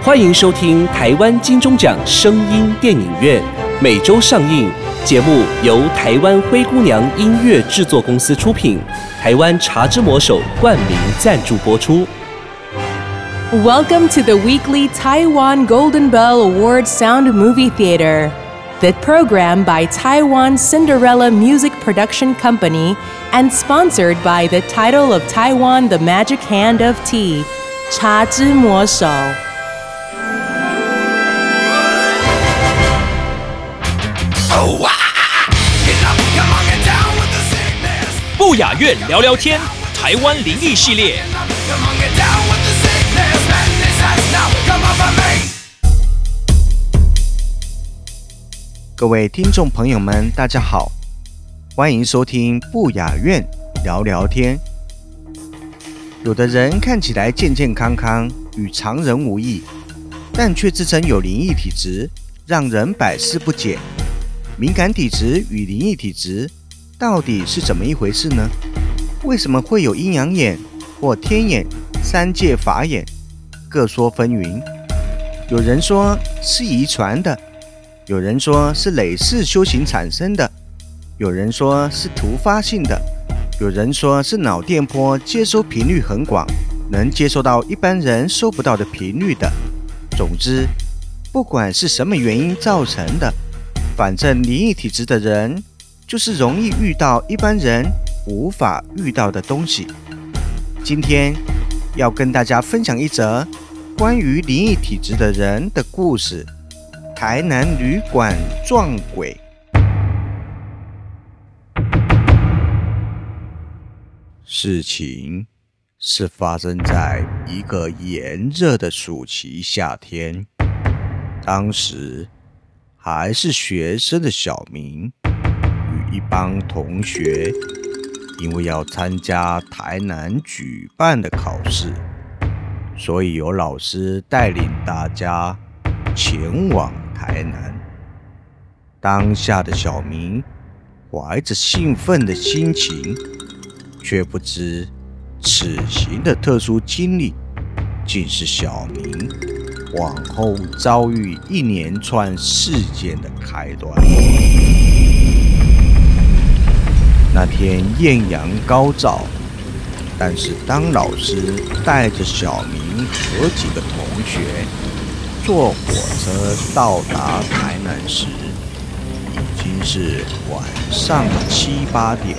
欢迎收听台湾金钟奖声音电影院，每周上映。节目由台湾灰姑娘音乐制作公司出品，台湾茶之魔手冠名赞助播出。 Welcome to the weekly Taiwan Golden Bell Award Sound Movie Theater. The program by Taiwan Cinderella Music Production Company and sponsored by the title of Taiwan The Magic Hand of Tea, 茶之魔手。 不雅院聊聊天，台湾灵异系列。 各位听众朋友们，大家好，欢迎收听不雅院聊聊天。有的人看起来健健康康，与常人无异，但却自称有灵异体质，让人百思不解。敏感体质与灵异体质到底是怎么一回事呢？为什么会有阴阳眼或天眼、三界法眼？各说纷纭。有人说是遗传的，有人说是累世修行产生的，有人说是突发性的，有人说是脑电波接收频率很广，能接收到一般人收不到的频率的。总之，不管是什么原因造成的，反正灵异体质的人就是容易遇到一般人无法遇到的东西。今天要跟大家分享一则关于灵异体质的人的故事。台南旅馆撞鬼。事情是发生在一个炎热的暑期夏天，当时还是学生的小明与一帮同学，因为要参加台南举办的考试，所以有老师带领大家前往台南。当下的小明怀着兴奋的心情，却不知此行的特殊经历竟是小明往后遭遇一连串事件的开端。那天艳阳高照，但是当老师带着小明和几个同学坐火车到达台南时，已经是晚上7、8点。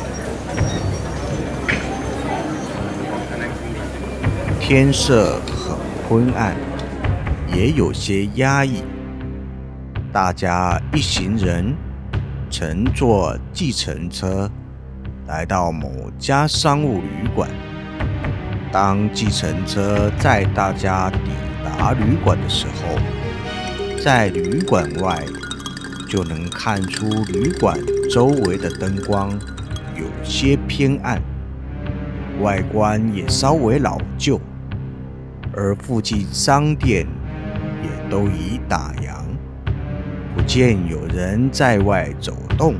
天色很昏暗，也有些压抑。大家一行人乘坐计程车来到某家商务旅馆。当计程车载大家抵达旅馆的时候，在旅馆外就能看出旅馆周围的灯光有些偏暗，外观也稍微老旧，而附近商店也都已打烊，不见有人在外走动。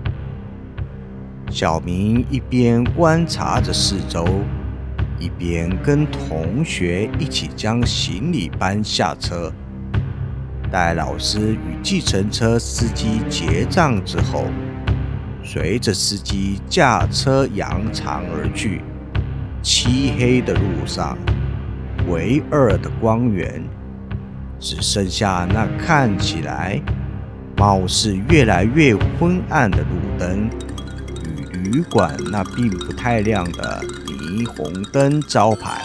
小明一边观察着四周，一边跟同学一起将行李搬下车。待老师与计程车司机结账之后，随着司机驾车扬长而去。漆黑的路上，唯二的光源只剩下那看起来貌似越来越昏暗的路灯与旅馆那并不太亮的霓虹灯招牌。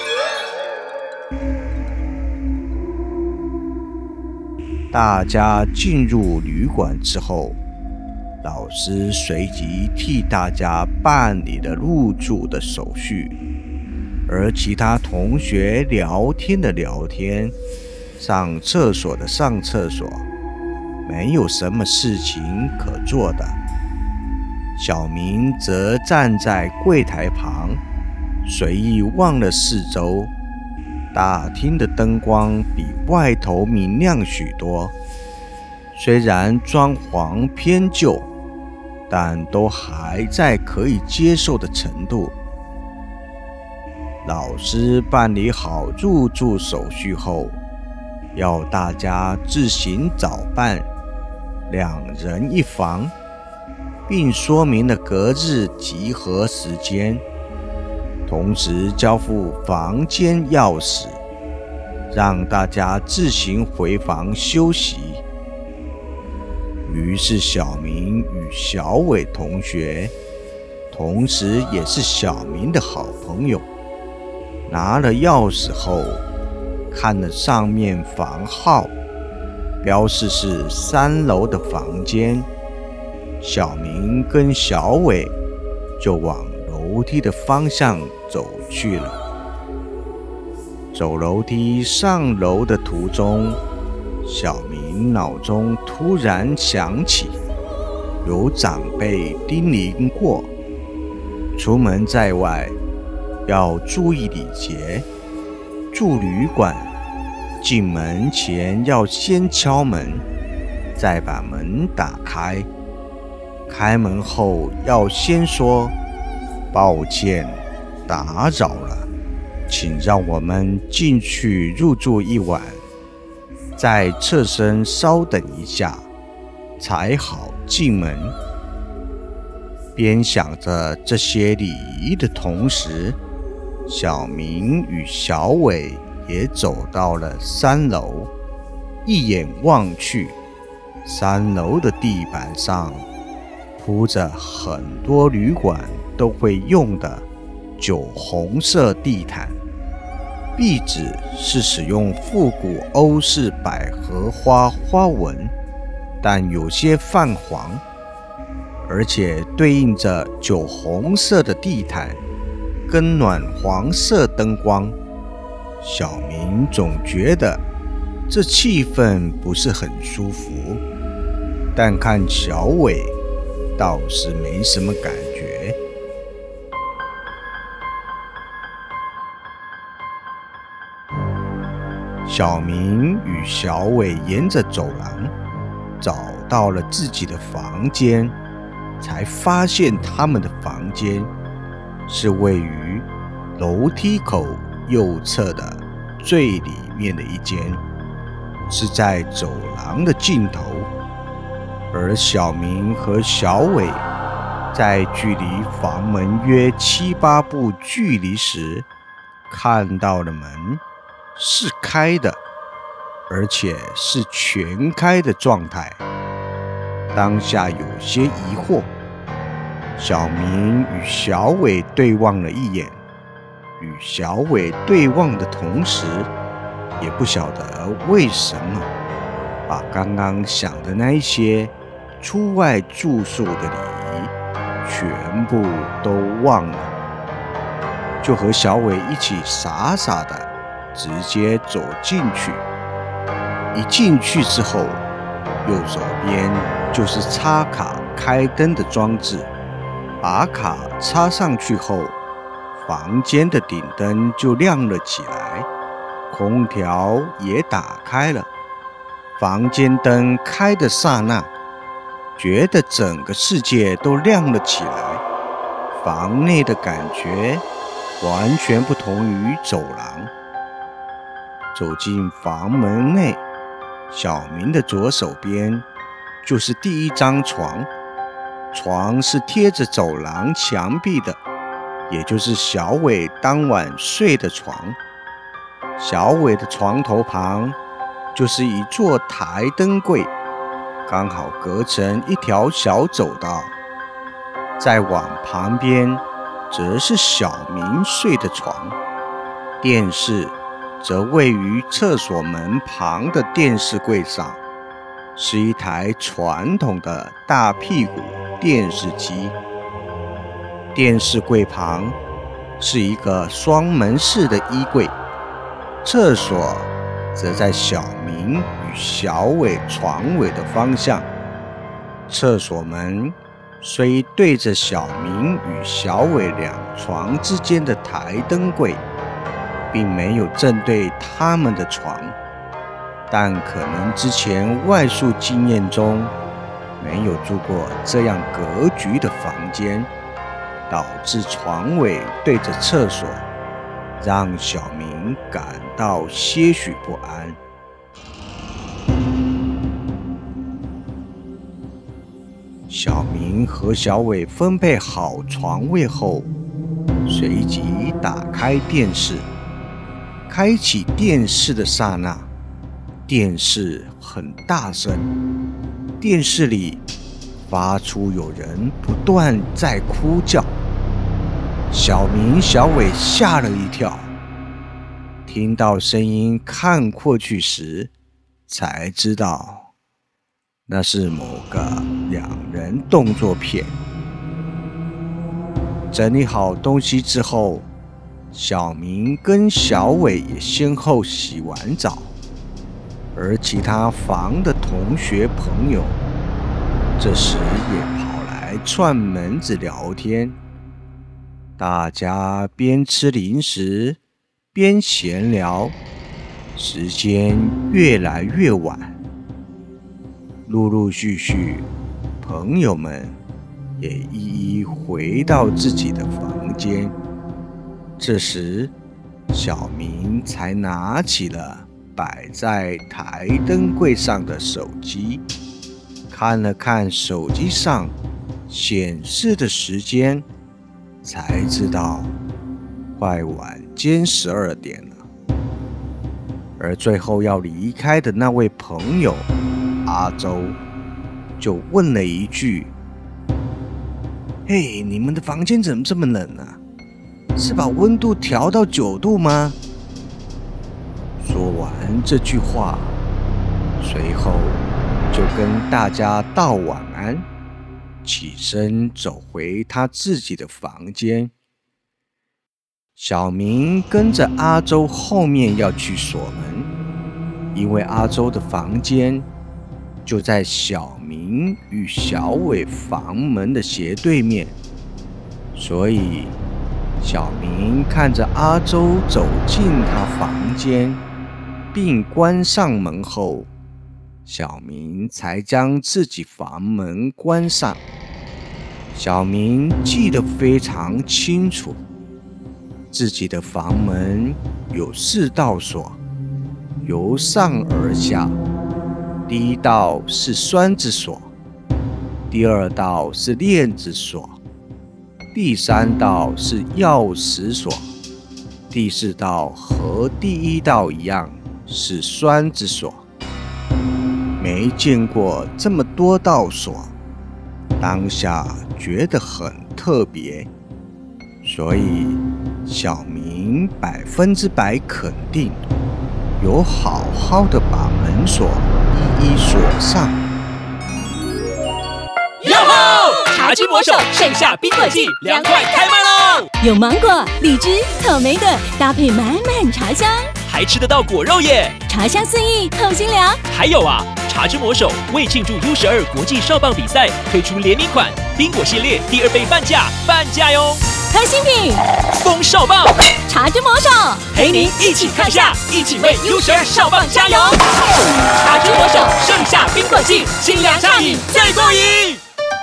大家进入旅馆之后，老师随即替大家办理了入住的手续，而其他同学聊天的聊天，上厕所的上厕所，没有什么事情可做的。小明则站在柜台旁，随意望了四周。大厅的灯光比外头明亮许多，虽然装潢偏旧，但都还在可以接受的程度。老师办理好入住手续后， 要大家自行找伴，2人1房，并说明了隔日集合时间，同时交付房间钥匙，让大家自行回房休息。于是小明与小伟同学，同时也是小明的好朋友，拿了钥匙后，看了上面房号，标示是3楼的房间。小明跟小伟就往楼梯的方向走去了。走楼梯上楼的途中，小明脑中突然想起，有长辈叮咛过，出门在外要注意礼节，住旅馆进门前要先敲门，再把门打开。开门后要先说抱歉，打扰了，请让我们进去入住一晚，再侧身稍等一下，才好进门。边想着这些礼仪的同时，小明与小伟也走到了3楼。一眼望去，3楼的地板上铺着很多旅馆都会用的酒红色地毯，壁纸是使用复古欧式百合花花纹，但有些泛黄，而且对应着酒红色的地毯跟暖黄色灯光。小明总觉得这气氛不是很舒服，但看小伟倒是没什么感觉。小明与小伟沿着走廊找到了自己的房间，才发现他们的房间是位于楼梯口右侧的最里面的一间，是在走廊的尽头。而小明和小伟在距离房门约7、8步距离时，看到了门是开的，而且是全开的状态。当下有些疑惑，小明与小伟对望了一眼，与小伟对望的同时，也不晓得为什么把刚刚想的那一些出外住宿的礼仪全部都忘了，就和小伟一起傻傻的直接走进去。一进去之后，右手边就是插卡开灯的装置，把卡插上去后，房间的顶灯就亮了起来，空调也打开了。房间灯开的刹那，觉得整个世界都亮了起来，房内的感觉完全不同于走廊。走进房门内，小明的左手边就是第一张床，床是贴着走廊墙壁的，也就是小伟当晚睡的床。小伟的床头旁就是一座台灯柜，刚好隔成一条小走道。再往旁边则是小明睡的床，电视则位于厕所门旁的电视柜上，是一台传统的大屁股电视机。电视柜旁是一个双门式的衣柜，厕所则在小明与小伟床尾的方向。厕所门虽对着小明与小伟2床之间的台灯柜，并没有正对他们的床，但可能之前外宿经验中没有住过这样格局的房间，导致床尾对着厕所，让小明感到些许不安。 小明和小伟分配好床位后，随即打开电视。开启电视的刹那，电视很大声，电视里发出有人不断在哭叫。小明、小伟吓了一跳，听到声音看过去时，才知道那是某个2人动作片。整理好东西之后，小明跟小伟也先后洗完澡，而其他房的同学朋友这时也跑来串门子聊天。大家边吃零食边闲聊，时间越来越晚。陆陆续续，朋友们也一一回到自己的房间。这时，小明才拿起了摆在台灯柜上的手机，看了看手机上显示的时间，才知道快晚间12点了。而最后要离开的那位朋友阿周就问了一句：“嘿，你们的房间怎么这么冷啊？是把温度调到9度吗？”说完这句话，随后就跟大家道晚安，起身走回他自己的房间。小明跟着阿周后面要去锁门，因为阿周的房间就在小明与小伟房门的斜对面，所以小明看着阿周走进他房间并关上门后，小明才将自己房门关上。小明记得非常清楚，自己的房门有4道锁，由上而下。第1道是栓子锁，第2道是链子锁，第3道是钥匙锁，第4道和第1道一样是栓子锁。没见过这么多道锁，当下觉得很特别，所以小明100%肯定有好好的把门锁一一锁上。 哟吼！茶之魔手盛夏冰棍季2块开卖喽！ 有芒果、荔枝、草莓的，搭配满满茶香， 还吃得到果肉耶！ 茶香四溢，透心凉。 还有啊，茶之魔手为庆祝 U12 国际少棒比赛，推出联名款冰果系列第2杯半价哟！ 喝新品， 风少棒， 茶之魔手陪您一起看夏，一起为 U12 少棒加油！茶之魔手盛夏冰棍季，清凉畅饮最过瘾。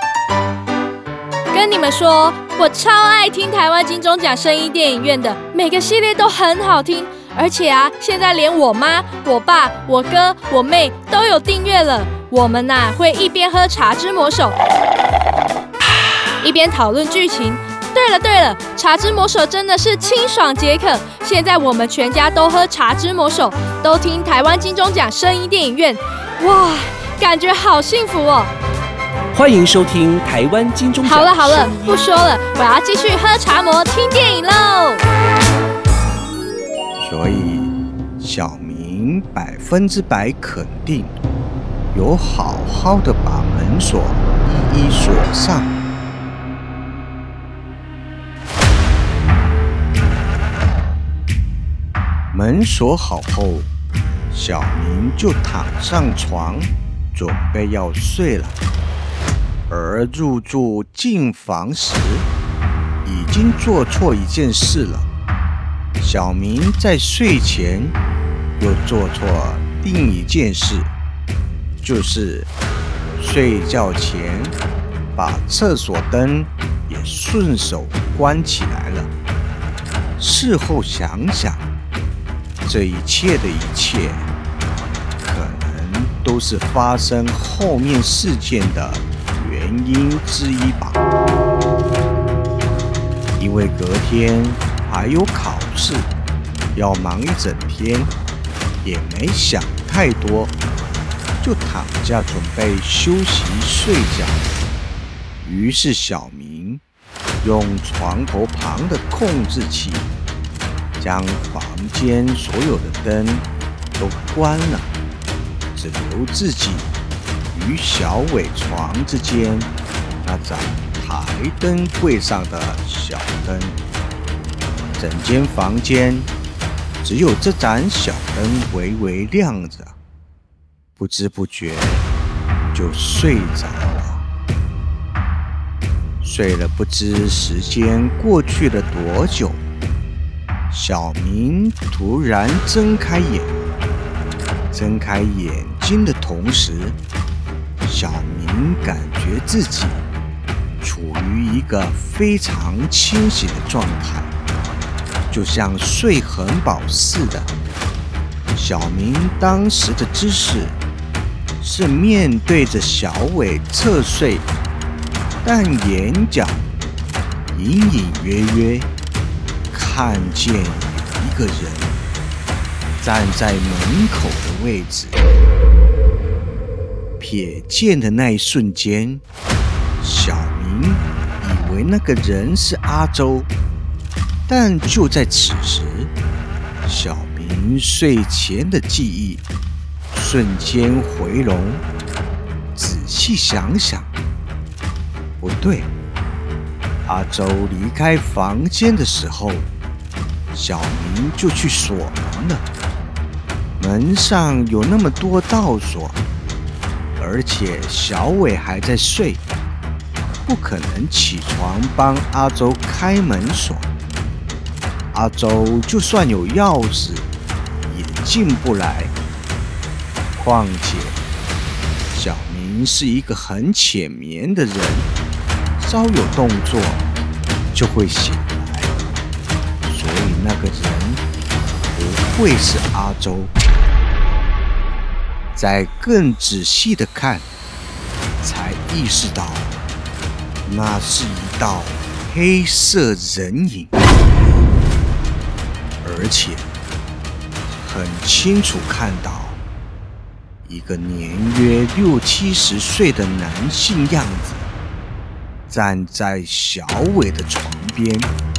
跟你们说，我超爱听台湾金钟奖声音电影院的，每个系列都很好听，而且啊，现在连我妈、我爸、我哥、我妹都有订阅了。我们会一边喝茶之魔手，一边讨论剧情。对了，茶之魔手真的是清爽解渴。现在我们全家都喝茶之魔手，都听台湾金钟奖声音电影院，哇，感觉好幸福哦！ 欢迎收听台湾金钟奖。 好了，不说了，我要继续喝茶魔听电影喽。 所以小明100%肯定有好好的把门锁一一锁上。门锁好后，小明就躺上床，准备要睡了。而入住进房时，已经做错一件事了。小明在睡前又做错另一件事，就是睡觉前把厕所灯也顺手关起来了。事后想想，这一切的一切，可能都是发生后面事件的原因之一吧。因为隔天还有考试，要忙一整天，也没想太多，就躺下准备休息睡觉。于是小明用床头旁的控制器，将房间所有的灯都关了，只留自己与小伟床之间那盏台灯柜上的小灯。整间房间只有这盏小灯微微亮着，不知不觉就睡着了。睡了不知时间过去了多久，小明突然睁开眼。睁开眼睛的同时，小明感觉自己处于一个非常清醒的状态，就像睡很饱似的。小明当时的姿势是面对着小伟侧睡，但眼角隐隐约约看见有一个人站在门口的位置。瞥见的那一瞬间，小明以为那个人是阿周，但就在此时，小明睡前的记忆瞬间回笼。仔细想想，不对，阿周离开房间的时候，小明就去锁门了。门上有那么多道锁，而且小伟还在睡，不可能起床帮阿周开门锁。阿周就算有钥匙也进不来。况且小明是一个很浅眠的人，稍有动作就会醒来，所以那个人不会是阿周。再更仔细的看，才意识到那是一道黑色人影，而且很清楚看到一个年约60、70岁的男性样子站在小伟的床边。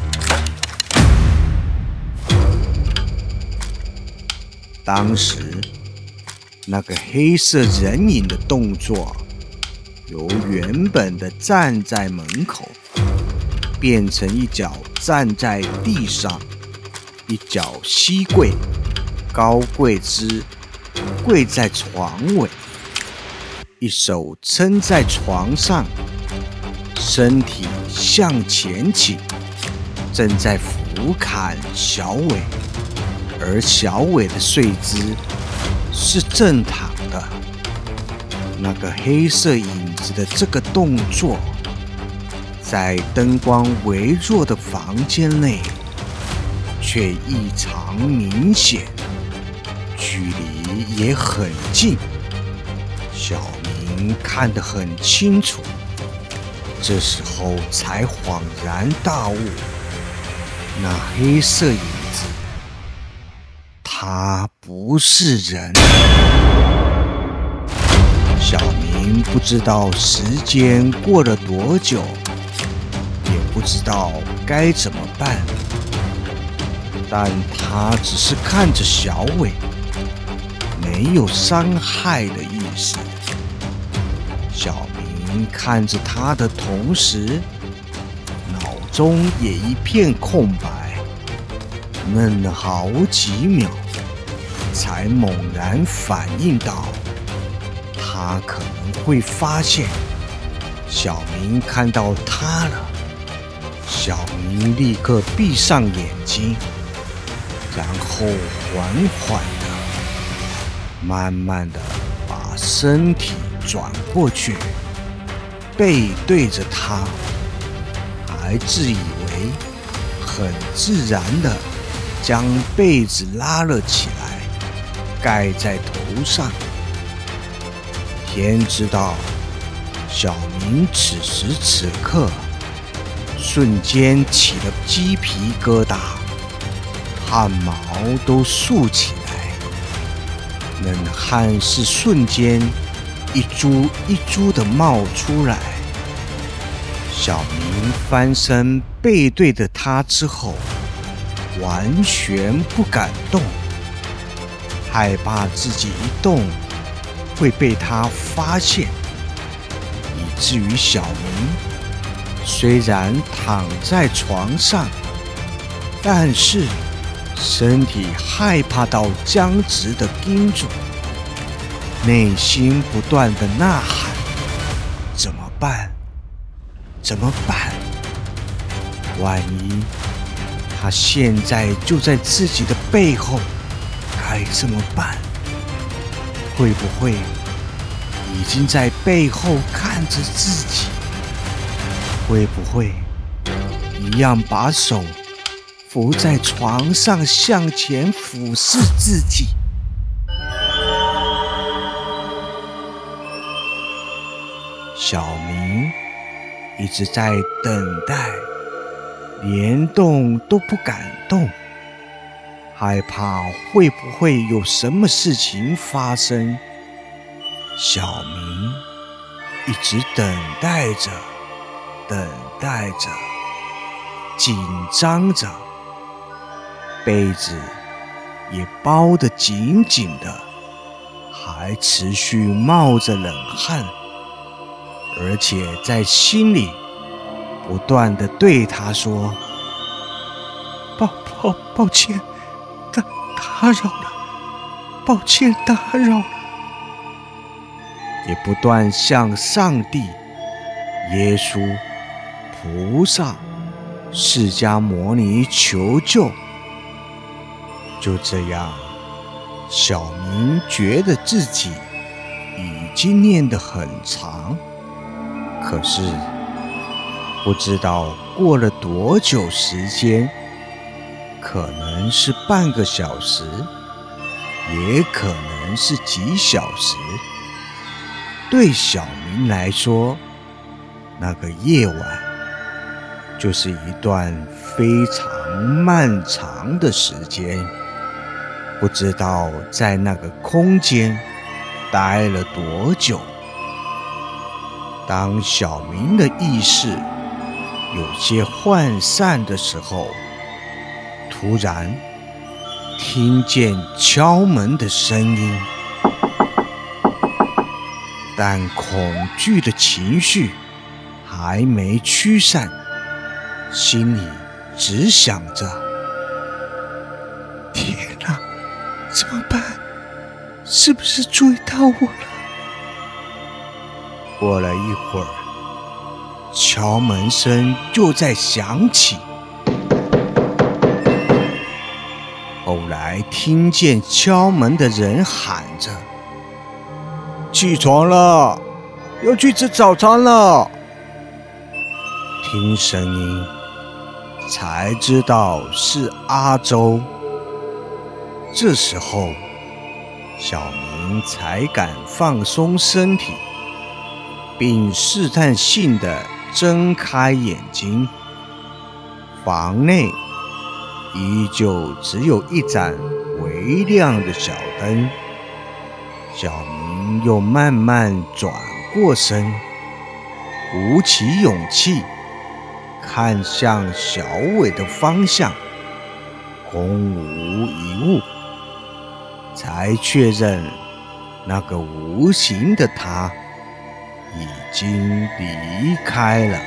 当时那个黑色人影的动作由原本的站在门口变成一脚站在地上，一脚膝跪，高跪姿跪在床尾，一手撑在床上，身体向前倾，正在俯瞰小伟，而小伟的睡姿是正躺的。那个黑色影子的这个动作，在灯光微弱的房间内却异常明显，距离也很近，小明看得很清楚。这时候才恍然大悟，那黑色影子他不是人。小明不知道时间过了多久，也不知道该怎么办，但他只是看着小伟，没有伤害的意思。小明看着他的同时，脑中也一片空白，愣了好几秒，才猛然反应到他可能会发现小明看到他了。小明立刻闭上眼睛，然后缓缓地慢慢地把身体转过去，背对着他，还自以为很自然地将被子拉了起来，盖在头上。天知道， 小明此时此刻瞬间起了鸡皮疙瘩，汗毛都竖起来，冷汗是瞬间一珠一珠的冒出来。小明翻身背对着他之后，完全不敢动，害怕自己一动会被他发现，以至于小明虽然躺在床上，但是身体害怕到僵直的盯住，内心不断的呐喊：怎么办？怎么办？万一他现在就在自己的背后，该怎么办？会不会已经在背后看着自己？会不会一样把手扶在床上向前俯视自己？小明一直在等待，连动都不敢动，害怕会不会有什么事情发生。小明一直等待着，等待着，紧张着，被子也包得紧紧的，还持续冒着冷汗，而且在心里不断地对他说：抱歉，打扰了，抱歉打扰了，也不断向上帝、耶稣、菩萨、释迦牟尼求救。就这样，小明觉得自己已经念得很长，可是不知道过了多久时间，可能是半个小时，也可能是几小时。对小明来说，那个夜晚就是一段非常漫长的时间，不知道在那个空间待了多久。当小明的意识有些涣散的时候，突然听见敲门的声音，但恐惧的情绪还没驱散，心里只想着：天哪，怎么办？是不是追到我了？过了一会儿，敲门声又再响起。后来听见敲门的人喊着：起床了，要去吃早餐了。听声音才知道是阿周。这时候小明才敢放松身体，并试探性地睁开眼睛。房内依旧只有一盏微亮的小灯。小明又慢慢转过身，鼓起勇气看向小伟的方向，空无一物，才确认那个无形的他已经离开了。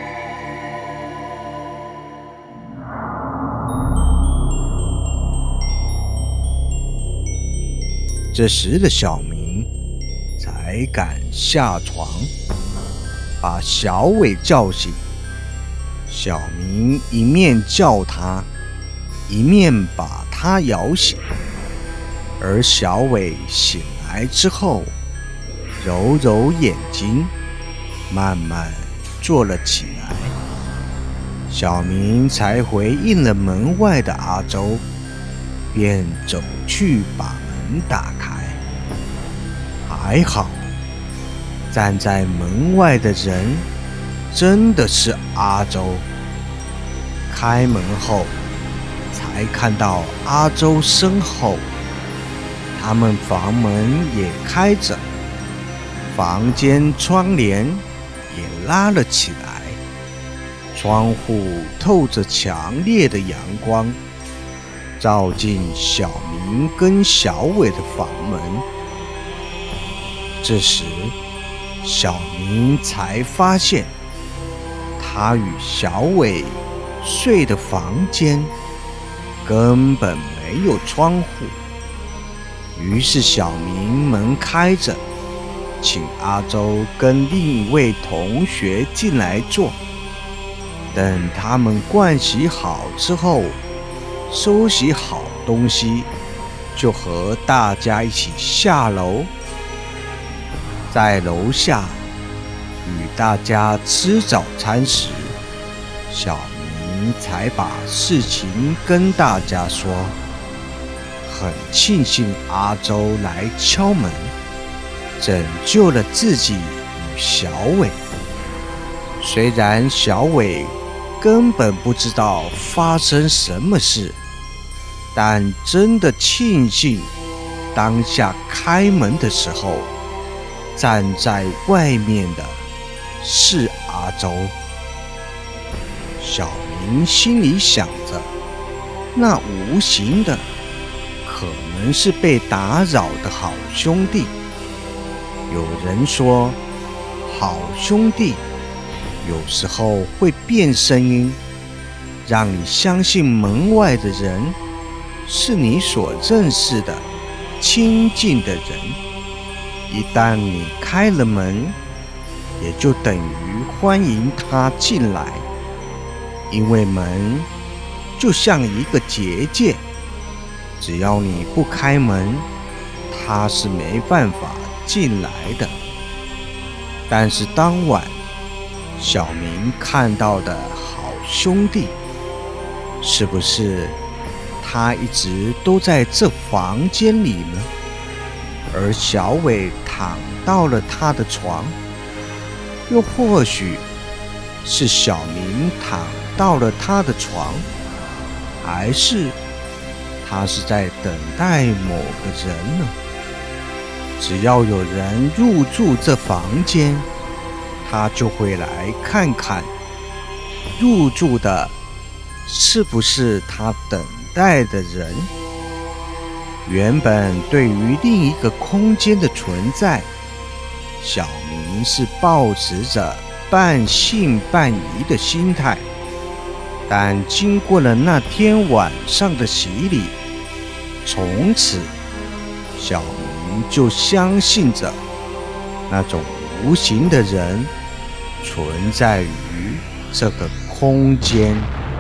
这时的小明才敢下床，把小伟叫醒。小明一面叫他，一面把他摇醒。而小伟醒来之后，揉揉眼睛，慢慢坐了起来。小明才回应了门外的阿周，便走去把门打开。还好， 站在门外的人真的是阿周。开门后才看到阿周身后，他们房门也开着，房间窗帘也拉了起来，窗户透着强烈的阳光，照进小明跟小伟的房门。这时小明才发现，他与小伟睡的房间根本没有窗户。于是小明门开着，请阿周跟另一位同学进来坐。等他们盥洗好之后，收拾好东西，就和大家一起下楼。在楼下与大家吃早餐时，小明才把事情跟大家说。很庆幸阿周来敲门，拯救了自己与小伟。虽然小伟根本不知道发生什么事，但真的庆幸当下开门的时候，站在外面的是阿周。小明心里想着，那无形的可能是被打扰的好兄弟。有人说，好兄弟有时候会变声音，让你相信门外的人是你所认识的亲近的人。一旦你开了门，也就等于欢迎他进来，因为门就像一个结界，只要你不开门，他是没办法进来的。但是当晚小明看到的好兄弟，是不是他一直都在这房间里呢？而小伟躺到了他的床，又或许是小明躺到了他的床，还是他是在等待某个人呢？只要有人入住这房间，他就会来看看入住的是不是他等待的人。原本对于另一个空间的存在，小明是抱持着半信半疑的心态，但经过了那天晚上的洗礼，从此小明就相信着那种无形的人存在于这个空间。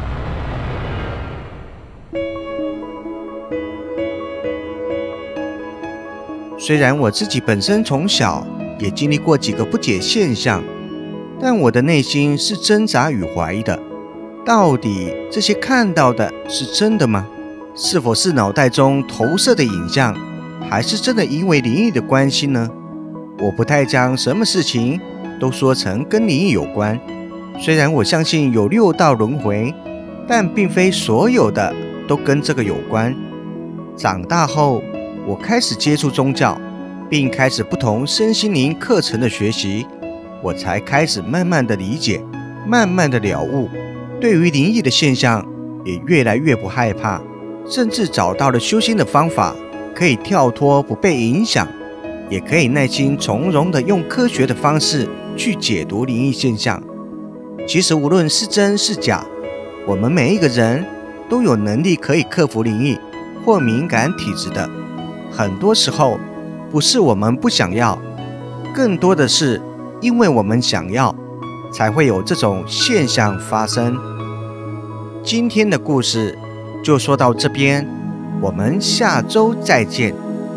虽然我自己本身从小也经历过几个不解现象，但我的内心是挣扎与怀疑的。到底这些看到的是真的吗？是否是脑袋中投射的影像，还是真的因为灵异的关系呢？我不太将什么事情都说成跟灵异有关。虽然我相信有6道轮回，但并非所有的都跟这个有关。长大后，我开始接触宗教，并开始不同身心灵课程的学习，我才开始慢慢的理解，慢慢的了悟，对于灵异的现象也越来越不害怕，甚至找到了修心的方法，可以跳脱不被影响，也可以耐心从容的用科学的方式去解读灵异现象。其实无论是真是假，我们每一个人都有能力可以克服灵异或敏感体质的。很多时候不是我们不想要，更多的是因为我们想要，才会有这种现象发生。今天的故事就说到这边，我们下周再见。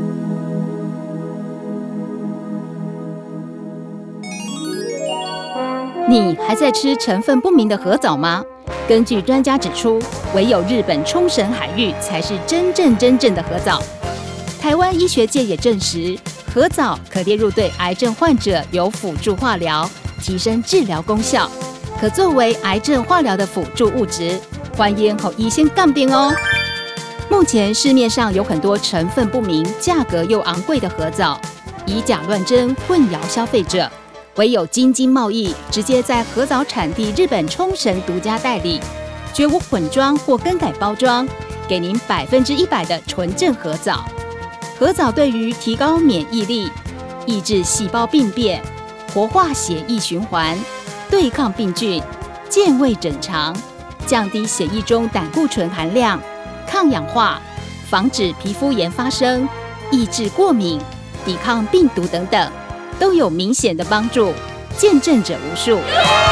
你还在吃成分不明的核藻吗？根据专家指出，唯有日本冲绳海域才是真正的核藻。台湾医学界也证实， 核藻可列入对癌症患者有辅助化疗，提升治疗功效，可作为癌症化疗的辅助物质。欢迎和医生鉴定哦。目前市面上有很多成分不明、价格又昂贵的核藻，以假乱真，混淆消费者。唯有京津贸易直接在核藻产地日本冲绳独家代理，绝无混装或更改包装，给您100%的纯正核藻。核藻对于提高免疫力、抑制细胞病变、活化血液循环、对抗病菌、健胃整肠、降低血液中胆固醇含量、抗氧化、防止皮肤炎发生、抑制过敏、抵抗病毒等等，都有明显的帮助，见证者无数。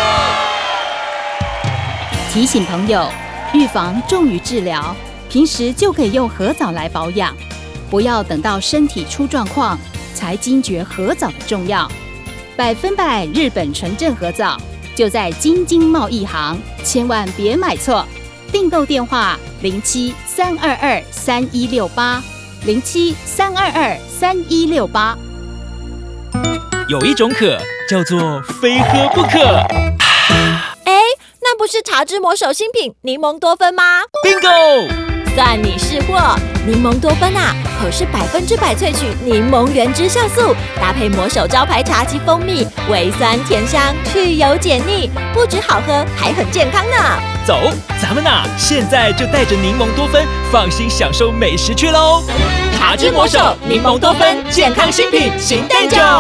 提醒朋友，预防重于治疗，平时就可以用核藻来保养，不要等到身体出状况才惊觉核藻的重要。100%日本纯正核藻就在京津贸易行，千万别买错。订购电话07-322-3168，07-322-3168。 有一种渴叫做非喝不可。 那不是茶之魔手新品柠檬多酚吗 Bingo！ 算你识货，柠檬多酚啊，可是100%萃取柠檬原汁酵素，搭配魔手招牌茶及蜂蜜，微酸甜香，去油解腻，不止好喝，还很健康呢。 走，咱们现在就带着柠檬多酚，放心享受美食去喽！茶之魔手柠檬多酚健康新品新蛋酒。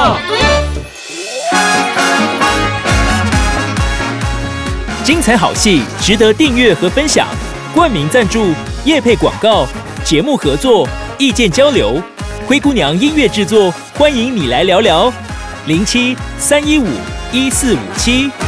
精彩好戏值得订阅和分享，冠名赞助、业配广告、节目合作、意见交流，灰姑娘音乐制作，欢迎你来聊聊。07-315-1457